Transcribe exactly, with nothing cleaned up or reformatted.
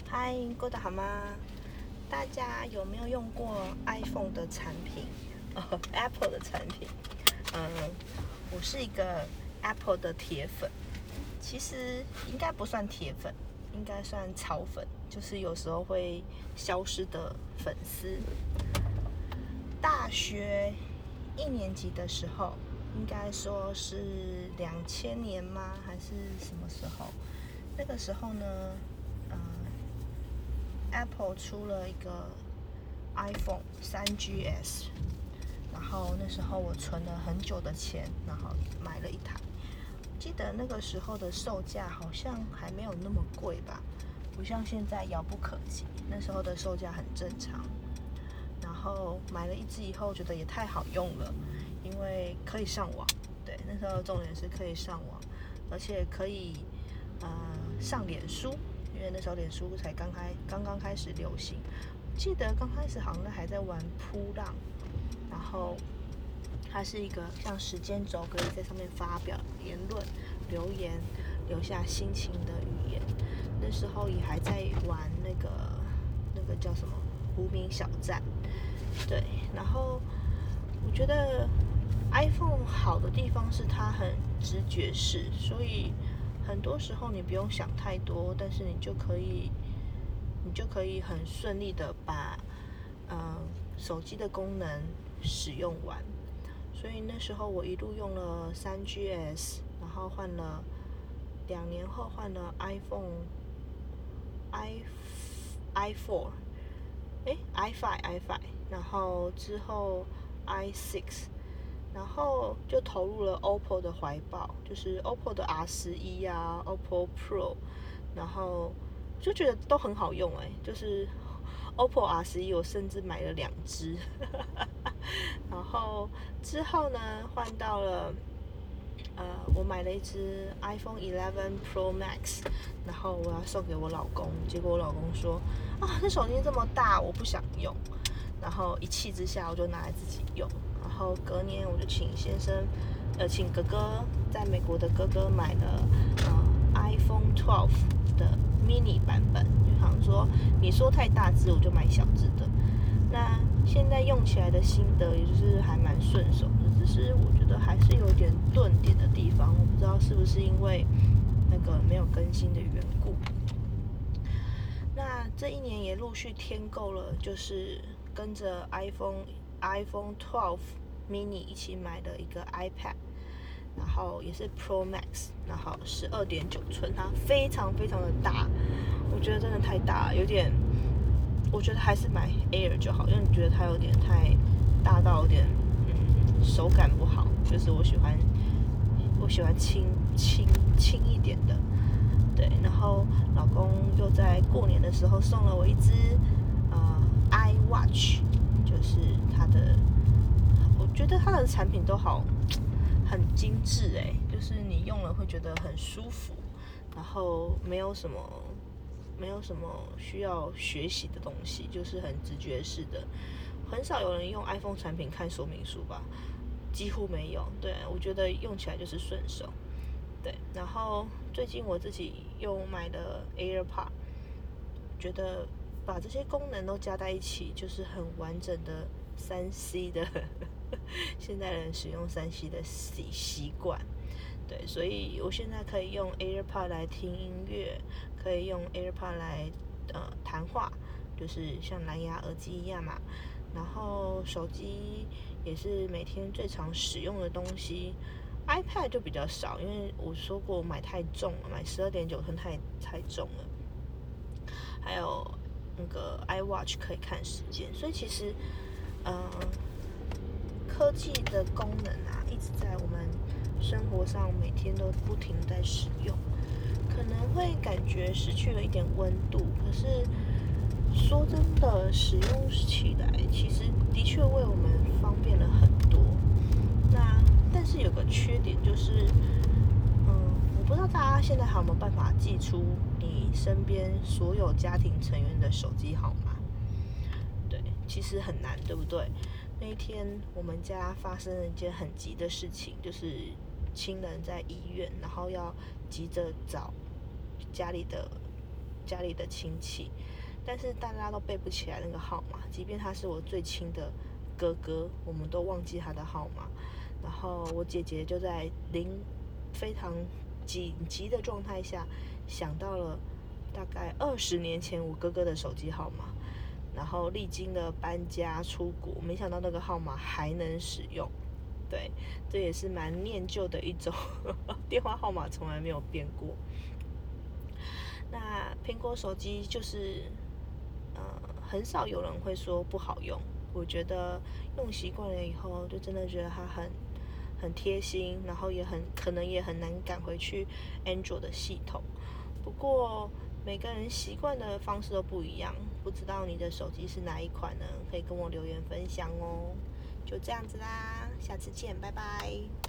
嗨，过得好吗？大家有没有用过 iPhone 的产品？呃，Apple 的产品？嗯，我是一个 Apple 的铁粉，其实应该不算铁粉，应该算草粉，就是有时候会消失的粉丝。大学一年级的时候，应该说是两千年吗？还是什么时候？那个时候呢，呃，Apple 出了一个 iPhone 三 G S， 然后那时候我存了很久的钱，然后买了一台。记得那个时候的售价好像还没有那么贵吧，不像现在遥不可及。那时候的售价很正常。然后买了一支以后，觉得也太好用了，因为可以上网。对，那时候重点是可以上网，而且可以呃上脸书，因为那时候脸书才刚开刚刚开始流行。记得刚开始好像还在玩扑浪，然后它是一个像时间轴，可以在上面发表言论、留言、留下心情的语言。那时候也还在玩那个那个叫什么无名小站，对。然后我觉得 iPhone 好的地方是它很直觉式，所以很多时候你不用想太多，但是你就可以你就可以很顺利的把呃手机的功能使用完。所以那时候我一路用了三 G S， 然后换了两年后换了 iPhone i i four， 哎 i five i five， 然后之后 i six， 然后就投入了 O P P O 的怀抱，就是 O P P O 的 R 十一啊 O P P O Pro， 然后就觉得都很好用哎、欸，就是 O P P O R 十一我甚至买了两只。然后之后呢，换到了呃，我买了一只 iPhone eleven Pro Max， 然后我要送给我老公，结果我老公说啊，这手机这么大，我不想用。然后一气之下，我就拿来自己用。然后隔年我就请先生，呃，请哥哥在美国的哥哥买了呃 iPhone twelve 的 mini 版本，就好像说你说太大只，我就买小只的。那现在用起来的心得，也就是还蛮顺手的，只是我觉得还是有点顿点的地方，我不知道是不是因为那个没有更新的缘故。那这一年也陆续添购了，就是跟着 iPhone iPhone twelve mini 一起买的一个 iPad， 然后也是 Pro Max， 然后十二点九寸，它非常非常的大，我觉得真的太大了，有点。我觉得还是买 Air 就好，因为觉得它有点太大到有点嗯手感不好，就是我喜欢我喜欢轻轻轻一点的，对。然后老公又在过年的时候送了我一只呃 iWatch， 就是它的，我觉得它的产品都好很精致哎，就是你用了会觉得很舒服，然后没有什么。没有什么需要学习的东西，就是很直觉式的。很少有人用 iPhone 产品看说明书吧，几乎没有。对，我觉得用起来就是顺手。对，然后最近我自己又买了 AirPod， 觉得把这些功能都加在一起，就是很完整的三 C 的现代人使用三 C 的习习惯。对，所以我现在可以用 AirPod 来听音乐，可以用 AirPod 来呃谈话，就是像蓝牙耳机一样嘛。然后手机也是每天最常使用的东西。iPad 就比较少，因为我说过我买太重了，买十二点九寸太太重了。还有那个 iWatch 可以看时间，所以其实呃科技的功能啊，一直在我们生活上每天都不停在使用，可能会感觉失去了一点温度。可是说真的，使用起来其实的确为我们方便了很多。那但是有个缺点就是，嗯，我不知道大家现在还有没有办法记出你身边所有家庭成员的手机号码？对，其实很难，对不对？那一天我们家发生了一件很急的事情，就是亲人在医院，然后要急着找家里的家里的亲戚，但是大家都背不起来那个号码，即便他是我最亲的哥哥，我们都忘记他的号码。然后我姐姐就在临非常紧急的状态下，想到了大概二十年前我哥哥的手机号码，然后历经了搬家出国，没想到那个号码还能使用。对，这也是蛮念旧的一种电话号码从来没有变过。那苹果手机就是呃很少有人会说不好用，我觉得用习惯了以后，就真的觉得它很很贴心，然后也很可能也很难赶回去 Android 的系统。不过每个人习惯的方式都不一样，不知道你的手机是哪一款呢？可以跟我留言分享哦。就这样子啦，下次见，拜拜。